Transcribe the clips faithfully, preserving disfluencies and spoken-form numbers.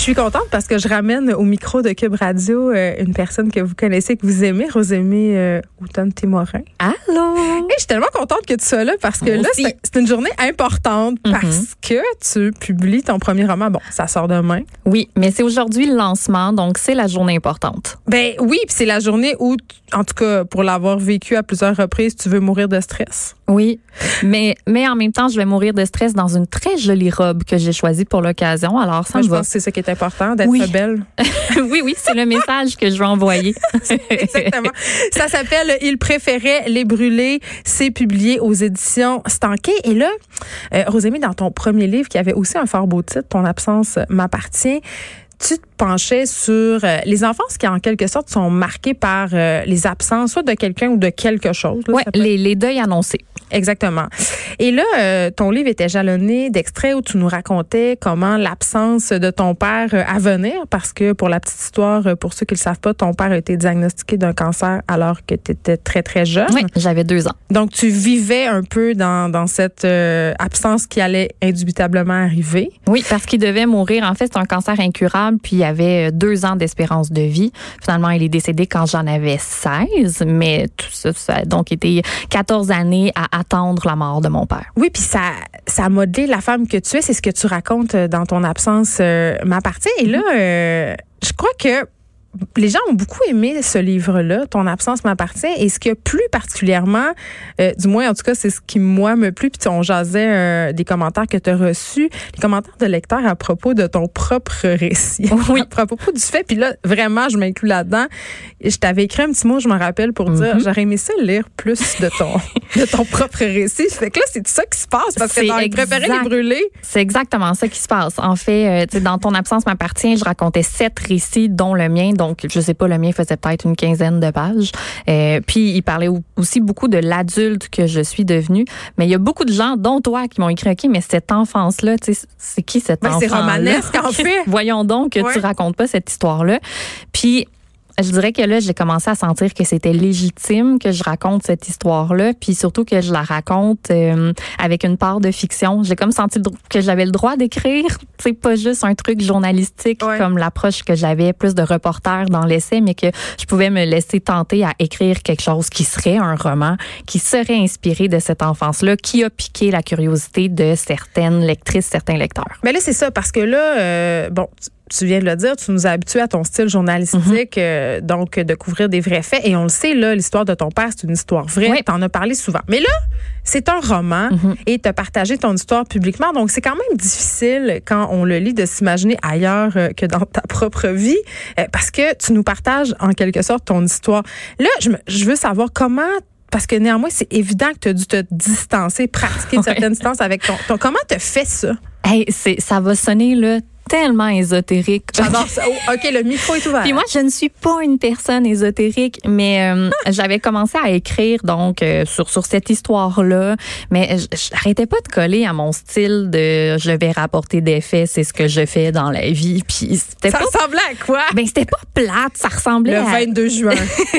suis contente parce que je ramène au micro de Cube Radio euh, une personne que vous connaissez, que vous aimez, Rosémie euh, Houghton-Témorin. Allô? Hey, je suis tellement contente que tu sois là parce que Moi là, aussi. c'est, c'est une journée importante Mm-hmm. parce que tu publies ton premier roman. Bon, ça sort demain. Oui, mais c'est aujourd'hui le lancement, donc c'est la journée importante. Ben oui, puis c'est la journée où, en tout cas, pour l'avoir vécu à plusieurs reprises, tu veux mourir de stress. Oui, mais, mais en même temps, je vais mourir de stress dans une très jolie robe que j'ai choisie pour l'occasion. Alors, ça Moi, me je va. pense que c'est ça qui est important, d'être Oui. belle. oui, oui, c'est le message que je veux envoyer. Exactement. Ça s'appelle Il préférait les brûler. C'est publié aux éditions Stanquet. Et là, euh, Rosémie, dans ton premier livre, qui avait aussi un fort beau titre, Ton absence m'appartient, tu te penchais sur euh, les enfances qui, en quelque sorte, sont marquées par euh, les absences, soit de quelqu'un ou de quelque chose. Là, Oui, ça peut- les, les deuils annoncés. Exactement. Et là, euh, ton livre était jalonné d'extraits où tu nous racontais comment l'absence de ton père euh, à venir, parce que pour la petite histoire, euh, pour ceux qui ne le savent pas, ton père a été diagnostiqué d'un cancer alors que tu étais très, très jeune. Oui, j'avais deux ans. Donc, tu vivais un peu dans, dans cette euh, absence qui allait indubitablement arriver. Oui, parce qu'il devait mourir. En fait, c'est un cancer incurable, puis il y avait deux ans d'espérance de vie. Finalement, il est décédé quand j'en avais seize, mais tout ça, ça a donc été quatorze années à attendre la mort de mon père. Oui, puis ça, ça a modelé la femme que tu es. C'est ce que tu racontes dans Ton absence euh, m'appartient. Et là, euh, je crois que les gens ont beaucoup aimé ce livre-là, Ton absence m'appartient. Et ce qui a plu particulièrement, euh, du moins en tout cas, c'est ce qui, moi, me plu. Puis on jasait euh, des commentaires que tu as reçus, les commentaires de lecteurs à propos de ton propre récit. Oui. À propos du fait. Puis là, vraiment, je m'inclus là-dedans. Je t'avais écrit un petit mot, je me rappelle, pour dire, Mm-hmm. j'aurais aimé ça lire plus de ton, de ton propre récit. Fait que là, c'est ça qui se passe. Parce que C'est dans le exact. préféré les brûler. C'est exactement ça qui se passe. En fait, euh, tu sais, dans Ton absence m'appartient, je racontais sept récits, dont le mien. Donc, je sais pas, le mien faisait peut-être une quinzaine de pages. Euh, puis, il parlait aussi beaucoup de l'adulte que je suis devenue. Mais il y a beaucoup de gens, dont toi, qui m'ont écrit, OK, mais cette enfance-là, tu sais, c'est qui cet Ben, enfant? c'est romanesque, en fait. Voyons donc que Ouais. tu racontes pas cette histoire-là. Puis, je dirais que là, j'ai commencé à sentir que c'était légitime que je raconte cette histoire-là, puis surtout que je la raconte euh, avec une part de fiction. J'ai comme senti le dro- que j'avais le droit d'écrire, c'est pas juste un truc journalistique Ouais. comme l'approche que j'avais, plus de reporter dans l'essai, mais que je pouvais me laisser tenter à écrire quelque chose qui serait un roman, qui serait inspiré de cette enfance-là, qui a piqué la curiosité de certaines lectrices, certains lecteurs. Mais là, c'est ça, parce que là, euh, bon, tu- tu viens de le dire, tu nous as habitués à ton style journalistique, euh, donc de couvrir des vrais faits. Et on le sait, là, l'histoire de ton père, c'est une histoire vraie. Oui. T'en as parlé souvent. Mais là, c'est un roman et tu as partagé ton histoire publiquement. Donc, c'est quand même difficile, quand on le lit, de s'imaginer ailleurs euh, que dans ta propre vie, euh, parce que tu nous partages en quelque sorte ton histoire. Là, je, me- je veux savoir comment... Parce que néanmoins, c'est évident que tu as dû te distancer, pratiquer une Ouais. certaine distance avec ton... ton comment tu as fait ça? Hey, c'est, ça va sonner là tellement ésotérique. J'adore ça. Oh, OK, le micro est ouvert. Puis moi, je ne suis pas une personne ésotérique, mais euh, j'avais commencé à écrire donc euh, sur sur cette histoire-là, mais je- j'arrêtais pas de coller à mon style de je vais rapporter des faits, c'est ce que je fais dans la vie. Puis c'était Ça pas ressemblait à quoi? ben c'était pas plate, ça ressemblait Le à vingt-deux juin.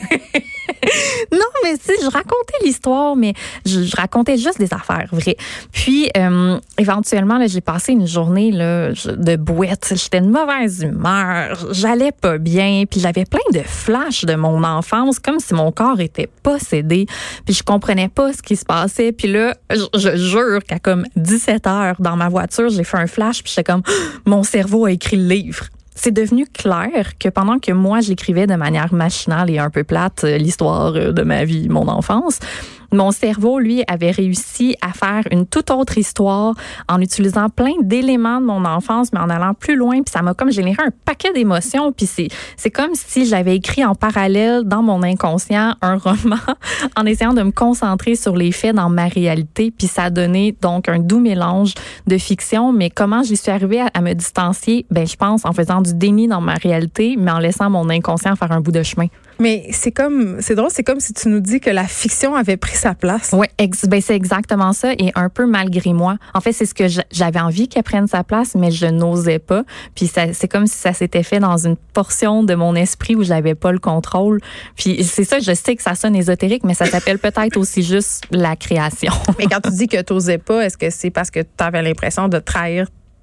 non, mais tu sais, je racontais l'histoire, mais je, je racontais juste des affaires vraies. Puis, euh, éventuellement, là, j'ai passé une journée là, je- de bouette. J'étais de mauvaise humeur. J'allais pas bien. Puis, j'avais plein de flashs de mon enfance, comme si mon corps était possédé. Puis, je comprenais pas ce qui se passait. Puis là, je, je jure qu'à comme dix-sept heures, dans ma voiture, j'ai fait un flash. Puis, j'étais comme, mon cerveau a écrit le livre. C'est devenu clair que pendant que moi, j'écrivais de manière machinale et un peu plate euh, l'histoire euh, de ma vie, mon enfance, mon cerveau, lui, avait réussi à faire une toute autre histoire en utilisant plein d'éléments de mon enfance, mais en allant plus loin. Puis ça m'a comme généré un paquet d'émotions. Puis c'est, c'est comme si j'avais écrit en parallèle dans mon inconscient un roman en essayant de me concentrer sur les faits dans ma réalité. Puis ça a donné donc un doux mélange de fiction. Mais comment j'y suis arrivée à, à me distancier? Ben, je pense en faisant du déni dans ma réalité, mais en laissant mon inconscient faire un bout de chemin. Mais c'est comme, c'est drôle, c'est comme si tu nous dis que la fiction avait pris sa place. Oui, ex- ben c'est exactement ça, et un peu malgré moi. En fait, c'est ce que j'a- j'avais envie qu'elle prenne sa place, mais je n'osais pas. Puis ça, c'est comme si ça s'était fait dans une portion de mon esprit où j'avais pas le contrôle. Puis c'est ça, je sais que ça sonne ésotérique, mais ça s'appelle peut-être aussi juste la création. Mais quand tu dis que tu n'osais pas, est-ce que c'est parce que tu avais l'impression de trahir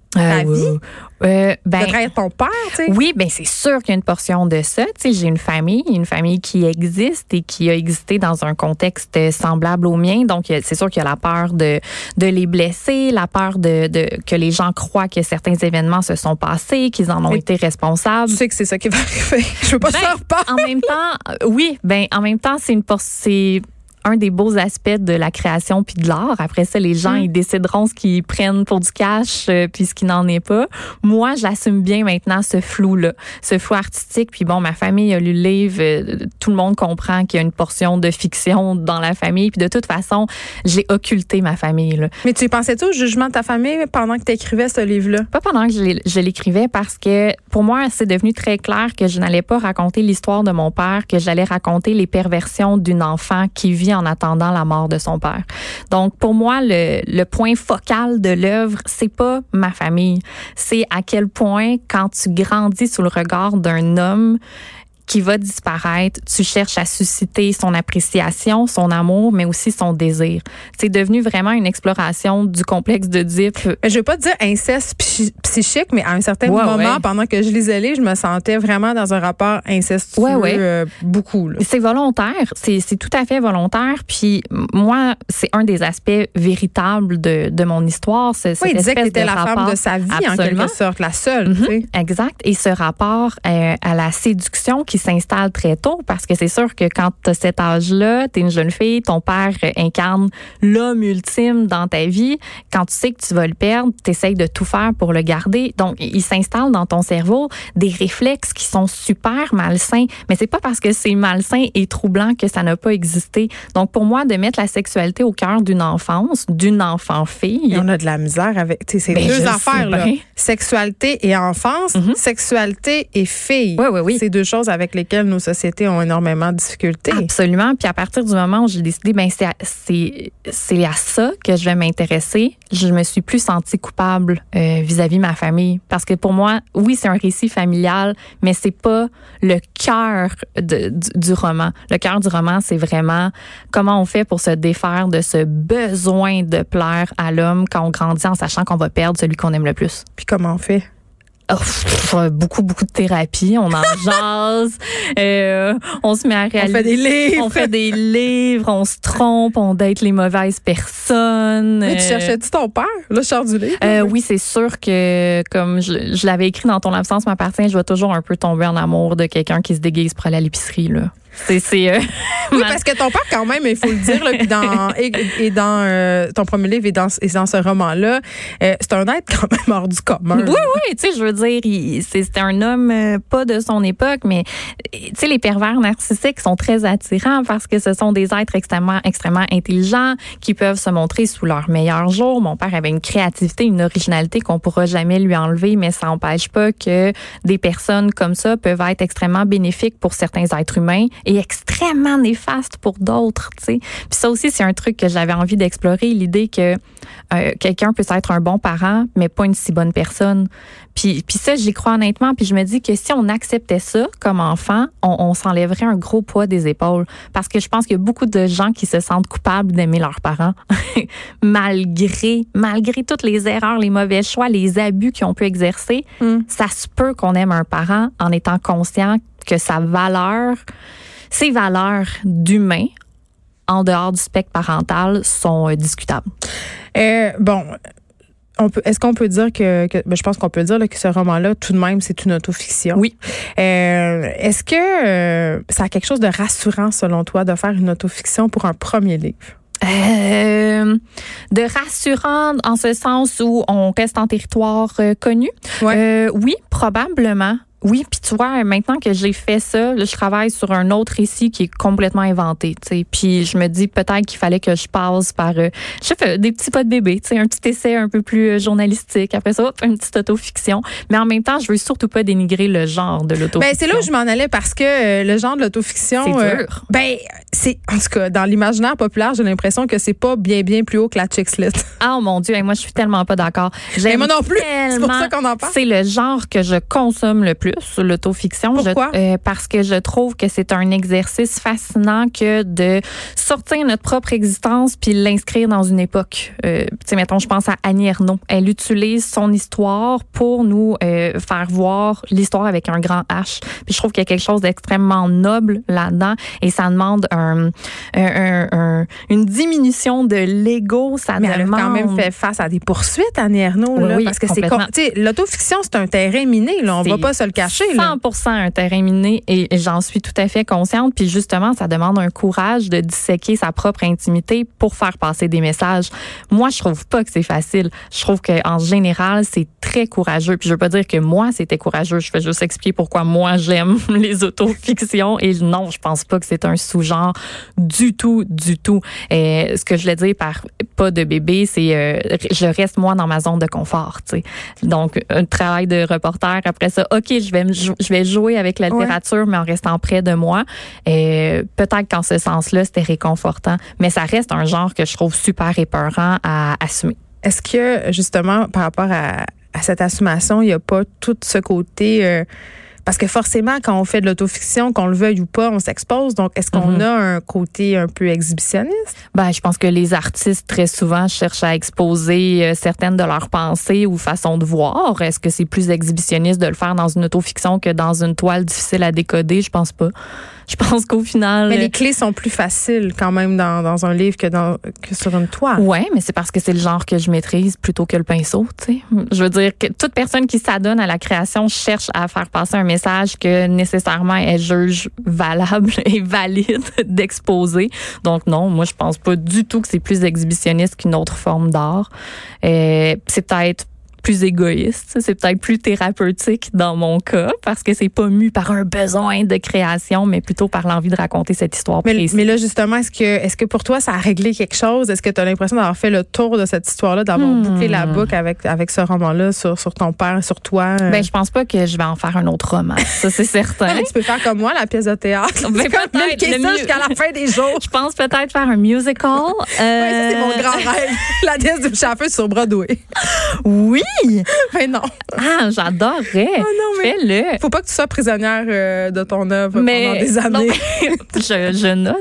ta Euh, vie? Euh, ben, De trahir ton père, tu sais? oui, ben c'est sûr qu'il y a une portion de ça. Tu sais, j'ai une famille, une famille qui existe et qui a existé dans un contexte semblable au mien. Donc, c'est sûr qu'il y a la peur de de les blesser, la peur de, de que les gens croient que certains événements se sont passés, qu'ils en ont Mais été responsables. Tu sais que c'est ça qui va arriver. Je veux pas Ben, s'en reparler. en même temps, euh, oui, ben en même temps, c'est une por- c'est un des beaux aspects de la création puis de l'art. Après ça, les gens, Mm. ils décideront ce qu'ils prennent pour du cash euh, puis ce qui n'en est pas. Moi, j'assume bien maintenant ce flou-là, ce flou artistique. Puis bon, ma famille a lu le livre. euh, tout le monde comprend qu'il y a une portion de fiction dans la famille. Puis de toute façon, j'ai occulté ma famille, là. Mais tu y pensais-tu au jugement de ta famille pendant que tu écrivais ce livre-là? Pas pendant que je l'ai- je l'écrivais parce que pour moi, c'est devenu très clair que je n'allais pas raconter l'histoire de mon père, que j'allais raconter les perversions d'une enfant qui vit en attendant la mort de son père. Donc pour moi, le, le point focal de l'œuvre, c'est pas ma famille, c'est à quel point quand tu grandis sous le regard d'un homme qui va disparaître, tu cherches à susciter son appréciation, son amour, mais aussi son désir. C'est devenu vraiment une exploration du complexe d'Oedipe. Je veux pas te dire inceste psy- psychique, mais à un certain Ouais, moment, ouais. pendant que je lisais les, je me sentais vraiment dans un rapport incestueux Ouais, ouais. euh, beaucoup. Là. C'est volontaire, c'est c'est tout à fait volontaire. Puis m- moi, c'est un des aspects véritables de, de mon histoire. C'est, Oui, cette il disait que espèce t'étais de la rapport. femme de sa vie, en Absolument. quelque sorte, la seule. Mhm. tu sais. Exact. Et ce rapport euh, à la séduction qui s'installe très tôt, parce que c'est sûr que quand tu as cet âge-là, tu es une jeune fille, ton père euh, incarne l'homme ultime dans ta vie. Quand tu sais que tu vas le perdre, tu essayes de tout faire pour le garder. Donc, il s'installe dans ton cerveau des réflexes qui sont super malsains. Mais c'est pas parce que c'est malsain et troublant que ça n'a pas existé. Donc, pour moi, de mettre la sexualité au cœur d'une enfance, d'une enfant-fille... Et on a de la misère avec. Tu sais, c'est Ben, deux je affaires, sais là. bien. Sexualité et enfance, Mhm. sexualité et fille. Oui, oui, oui. C'est deux choses avec lesquelles nos sociétés ont énormément de difficultés. Absolument. Puis à partir du moment où j'ai décidé, ben c'est à, c'est c'est à ça que je vais m'intéresser, je me suis plus sentie coupable euh, vis-à-vis de ma famille, parce que pour moi, oui, c'est un récit familial, mais c'est pas le cœur de, du, du roman. Le cœur du roman, c'est vraiment comment on fait pour se défaire de ce besoin de plaire à l'homme quand on grandit en sachant qu'on va perdre celui qu'on aime le plus. Puis comment on fait? Oh, pff, beaucoup, beaucoup de thérapie. On en jase. euh, on se met à réaliser. On fait des livres. On fait des livres. On se trompe. On date les mauvaises personnes. Mais tu euh, cherchais-tu ton père? Là, je sors du livre. euh, oui, c'est sûr que, comme je, je l'avais écrit dans Ton absence m'appartient, je vais toujours un peu tomber en amour de quelqu'un qui se déguise pour aller à l'épicerie, là. C'est, c'est, euh, Oui, ma- parce que ton père, quand même, il faut le dire, là, puis dans, et, et dans euh, ton premier livre et dans, et dans ce roman-là, euh, c'est un être quand même hors du commun. Oui, oui, tu sais, je veux dire, il- c'est- c'était un homme euh, pas de son époque, mais tu sais, les pervers narcissiques sont très attirants parce que ce sont des êtres extrêmement, extrêmement intelligents qui peuvent se montrer sous leur meilleur jour. Mon père avait une créativité, une originalité qu'on pourra jamais lui enlever, mais ça n'empêche pas que des personnes comme ça peuvent être extrêmement bénéfiques pour certains êtres humains et extrêmement néfastes pour d'autres, tu sais. Puis ça aussi, c'est un truc que j'avais envie d'explorer, l'idée que euh, quelqu'un peut être un bon parent, mais pas une si bonne personne. Puis, puis ça, j'y crois honnêtement. Puis je me dis que si on acceptait ça comme enfant, on, on s'enlèverait un gros poids des épaules. Parce que je pense qu'il y a beaucoup de gens qui se sentent coupables d'aimer leurs parents, malgré, malgré toutes les erreurs, les mauvais choix, les abus qu'ils ont pu exercer. Mm. Ça se peut qu'on aime un parent en étant conscient que sa valeur, ses valeurs d'humain, en dehors du spectre parental, sont euh, discutables. Euh, bon, on peut, est-ce qu'on peut dire que, que ben, je pense qu'on peut dire là, que ce roman-là, tout de même, c'est une autofiction. Oui. Euh, est-ce que euh, ça a quelque chose de rassurant, selon toi, de faire une autofiction pour un premier livre? Euh, de rassurant en ce sens où on reste en territoire euh, connu. Ouais. Euh, oui, probablement. Oui, puis tu vois, maintenant que j'ai fait ça, là, je travaille sur un autre récit qui est complètement inventé, tu sais. Puis je me dis peut-être qu'il fallait que je passe par, euh, je sais, des petits pas de bébé, tu sais, un petit essai un peu plus euh, journalistique. Après ça, hop, une petite autofiction. Mais en même temps, je veux surtout pas dénigrer le genre de l'autofiction. Ben, c'est là où je m'en allais parce que euh, le genre de l'autofiction. C'est euh, dur. ben, c'est, en tout cas, dans l'imaginaire populaire, j'ai l'impression que c'est pas bien, bien plus haut que la chick lit. Ah mon Dieu, hey, moi je suis tellement pas d'accord. Mais J'aime moi non plus. C'est pour tellement- ça qu'on en parle. C'est le genre que je consomme le plus. plus, l'autofiction. Pourquoi? Je, euh, parce que je trouve que c'est un exercice fascinant que de sortir notre propre existence puis l'inscrire dans une époque. Euh, tu sais, mettons, je pense à Annie Ernaux. Elle utilise son histoire pour nous euh, faire voir l'histoire avec un grand H. Puis je trouve qu'il y a quelque chose d'extrêmement noble là-dedans et ça demande un, un, un, un une diminution de l'ego. Ça Mais demande... elle a quand même fait face à des poursuites, Annie Ernaux, Oui, là, oui, parce que c'est, complètement. tu sais, l'autofiction, c'est un terrain miné, là, on C'est va pas se le cacher, là. cent pour cent un terrain miné et j'en suis tout à fait consciente. Puis justement, ça demande un courage de disséquer sa propre intimité pour faire passer des messages. Moi, je trouve pas que c'est facile. Je trouve qu'en général, c'est très courageux. Puis je veux pas dire que moi, c'était courageux. Je fais juste expliquer pourquoi moi, j'aime les autofictions. Et non, je pense pas que c'est un sous-genre du tout, du tout. Et ce que je voulais dire par pas de bébé, c'est euh, je reste moi dans ma zone de confort, tu sais. Donc un travail de reporter après ça, OK, je vais me jou- je vais jouer avec la littérature, ouais, mais en restant près de moi. Et peut-être qu'en ce sens-là, c'était réconfortant, mais ça reste un genre que je trouve super épeurant à assumer. Est-ce que justement par rapport à, à cette assumation, il n'y a pas tout ce côté euh, parce que forcément, quand on fait de l'autofiction, qu'on le veuille ou pas, on s'expose. Donc, est-ce qu'on mm-hmm. a un côté un peu exhibitionniste? Ben, je pense que les artistes, très souvent, cherchent à exposer certaines de leurs pensées ou façons de voir. Est-ce que c'est plus exhibitionniste de le faire dans une autofiction que dans une toile difficile à décoder? Je pense pas. Je pense qu'au final... Mais les clés sont plus faciles quand même dans, dans un livre que, dans, que sur une toile. Oui, mais c'est parce que c'est le genre que je maîtrise plutôt que le pinceau, tu sais. Je veux dire que toute personne qui s'adonne à la création cherche à faire passer un message que nécessairement elle juge valable et valide d'exposer. Donc non, moi je pense pas du tout que c'est plus exhibitionniste qu'une autre forme d'art. Euh, c'est peut-être plus égoïste, c'est peut-être plus thérapeutique dans mon cas parce que c'est pas mu par un besoin de création mais plutôt par l'envie de raconter cette histoire mais, précise. Mais là justement, est-ce que est-ce que pour toi ça a réglé quelque chose? Est-ce que tu as l'impression d'avoir fait le tour de cette histoire-là, d'avoir hmm. bouclé la boucle avec avec ce roman-là sur sur ton père, sur toi? Ben je pense pas que je vais en faire un autre roman, ça c'est certain. Tu peux faire comme moi la pièce de théâtre. Ben, peut-être ça mu- jusqu'à la fin des jours. Je pense peut-être faire un musical. Euh... Ouais, ça c'est mon grand rêve. La pièce de Chaffer sur Broadway. Oui. Mais non. Ah, j'adorerais. Oh non, mais fais-le. Faut pas que tu sois prisonnière euh, de ton œuvre mais, pendant des années. Non, mais, je, je note.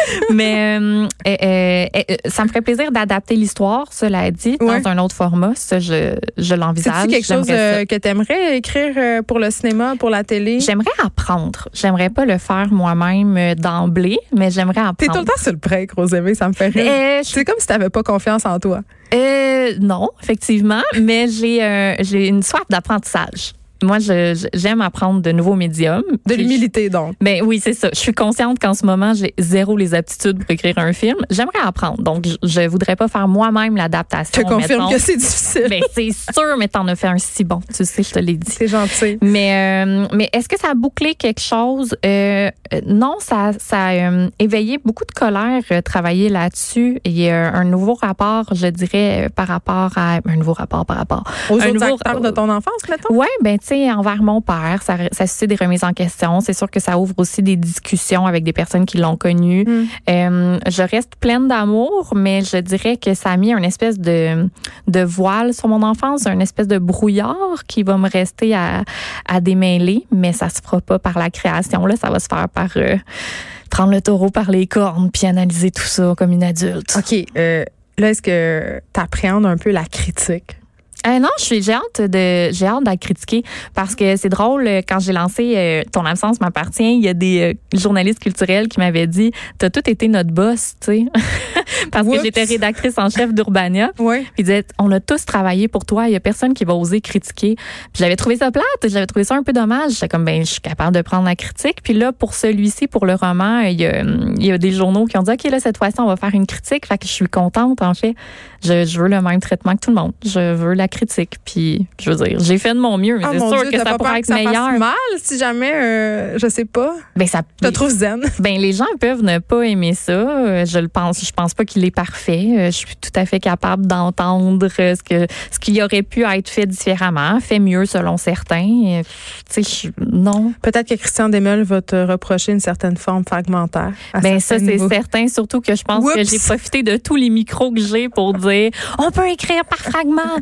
mais euh, euh, euh, ça me ferait plaisir d'adapter l'histoire, cela dit, ouais. dans un autre format. Ça, je, je l'envisage. C'est-tu quelque chose euh, que tu aimerais écrire euh, pour le cinéma, pour la télé? J'aimerais apprendre. J'aimerais pas le faire moi-même euh, d'emblée, mais j'aimerais apprendre. T'es tout le temps sur le break, Rosemée, ça me fait rire. Euh, C'est je... comme si t'avais pas confiance en toi. Euh, non, effectivement, mais j'ai euh, j'ai une soif d'apprentissage. Moi, je, j'aime apprendre de nouveaux médiums. De l'humilité, donc. Ben oui, c'est ça. Je suis consciente qu'en ce moment, j'ai zéro les aptitudes pour écrire un film. J'aimerais apprendre. Donc, je, je voudrais pas faire moi-même l'adaptation. Je te confirme mettons. que c'est difficile. Ben, c'est sûr, mais t'en as fait un si bon. Tu sais, je te l'ai dit. C'est gentil. Mais, euh, mais est-ce que ça a bouclé quelque chose? Euh, non, ça, ça a euh, éveillé beaucoup de colère, euh, travailler là-dessus. Il y a un nouveau rapport, je dirais, par rapport à... Un nouveau rapport par rapport... Aux un autres nouveau, acteurs de ton enfance, mettons? Oui, ben tu sais, envers mon père, ça, ça suscite des remises en question. C'est sûr que ça ouvre aussi des discussions avec des personnes qui l'ont connu. Mm. Euh, je reste pleine d'amour, mais je dirais que ça a mis une espèce de, de voile sur mon enfance, une espèce de brouillard qui va me rester à, à démêler, mais ça se fera pas par la création. Là, ça va se faire par euh, prendre le taureau par les cornes puis analyser tout ça comme une adulte. OK. Euh, là, est-ce que tu appréhendes un peu la critique? Euh, non, je suis j'ai hâte de j'ai hâte de la critiquer parce que c'est drôle quand j'ai lancé euh, Ton absence m'appartient, il y a des euh, journalistes culturels qui m'avaient dit t'as tout été notre boss, tu sais. Parce Oups. que j'étais rédactrice en chef d'Urbania. Ouais. Puis ils disaient on a tous travaillé pour toi, il y a personne qui va oser critiquer. Puis j'avais trouvé ça plate, j'avais trouvé ça un peu dommage. J'étais comme ben je suis capable de prendre la critique. Puis là pour celui-ci pour le roman, il y a il y a des journaux qui ont dit OK là cette fois-ci on va faire une critique, fait que je suis contente en fait. Je, je veux le même traitement que tout le monde. Je veux la critique. Puis, je veux dire, j'ai fait de mon mieux, mais oh c'est sûr Dieu, que ça pourrait être meilleur. Ça fasse mal si jamais, euh, je sais pas. Ben ça. Je te trouve zen. Ben les gens peuvent ne pas aimer ça. Je le pense. Je pense pas qu'il est parfait. Je suis tout à fait capable d'entendre ce que ce qui aurait pu être fait différemment, fait mieux selon certains. Tu sais, non. Peut-être que Christian Desmeules va te reprocher une certaine forme fragmentaire. Ben ça c'est niveaux. certain. Surtout que je pense Oups. que j'ai profité de tous les micros que j'ai pour dire on peut écrire par fragments.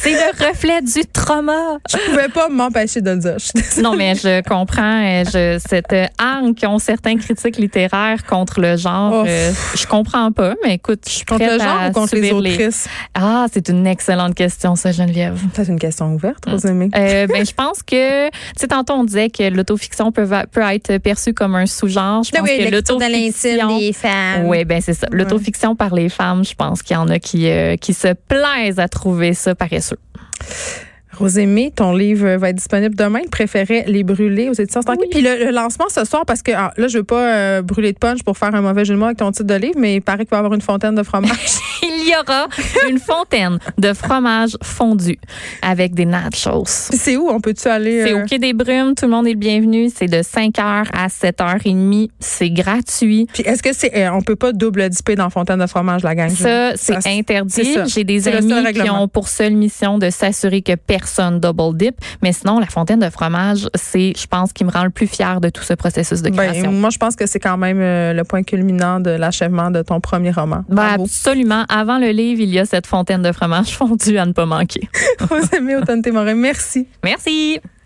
C'est le reflet du trauma. Je pouvais pas m'empêcher de le dire. Non, mais je comprends euh, je, cette arme qu'ont certains critiques littéraires contre le genre. Oh. Euh, je comprends pas, mais écoute, je suis contre prête le genre à ou contre les subir autrices? Ah, c'est une excellente question, ça, Geneviève. C'est une question ouverte, Rosemée. Euh, ben, je pense que, tu sais, tantôt on disait que l'autofiction peut, peut être perçue comme un sous-genre. Je pense oui, que l'autofiction des femmes. Oui, ben c'est ça. Ouais. L'autofiction par les femmes, je pense qu'il y en a qui euh, qui se plaisent à trouver ça paresseux. Rosemée, ton livre va être disponible demain. Il préférait Les Brûlés aux éditions Stanky. Oui. Puis le, le lancement ce soir, parce que ah, là, je veux pas euh, brûler de punch pour faire un mauvais jeu de mots avec ton titre de livre, mais il paraît qu'il va y avoir une fontaine de fromage. Il y aura une fontaine de fromage fondu avec des nachos. Puis c'est où? On peut-tu aller? Euh... C'est au Quai des Brumes. Tout le monde est le bienvenu. C'est de cinq heures à sept heures trente. C'est gratuit. Puis est-ce que c'est... Euh, on peut pas double dipper dans fontaine de fromage, la gang? Ça, c'est Ça, interdit. c'est ça. J'ai des C'est amis le seul qui règlement. ont pour seule mission de s'assurer que personne double dip. Mais sinon, la fontaine de fromage, c'est, je pense, qui me rend le plus fière de tout ce processus de création. Ben, moi, je pense que c'est quand même euh, le point culminant de l'achèvement de ton premier roman. Ben, Bravo. absolument. Avant le livre, il y a cette fontaine de fromage fondu à ne pas manquer. Rosemée Autonne-Témorin, merci. Merci.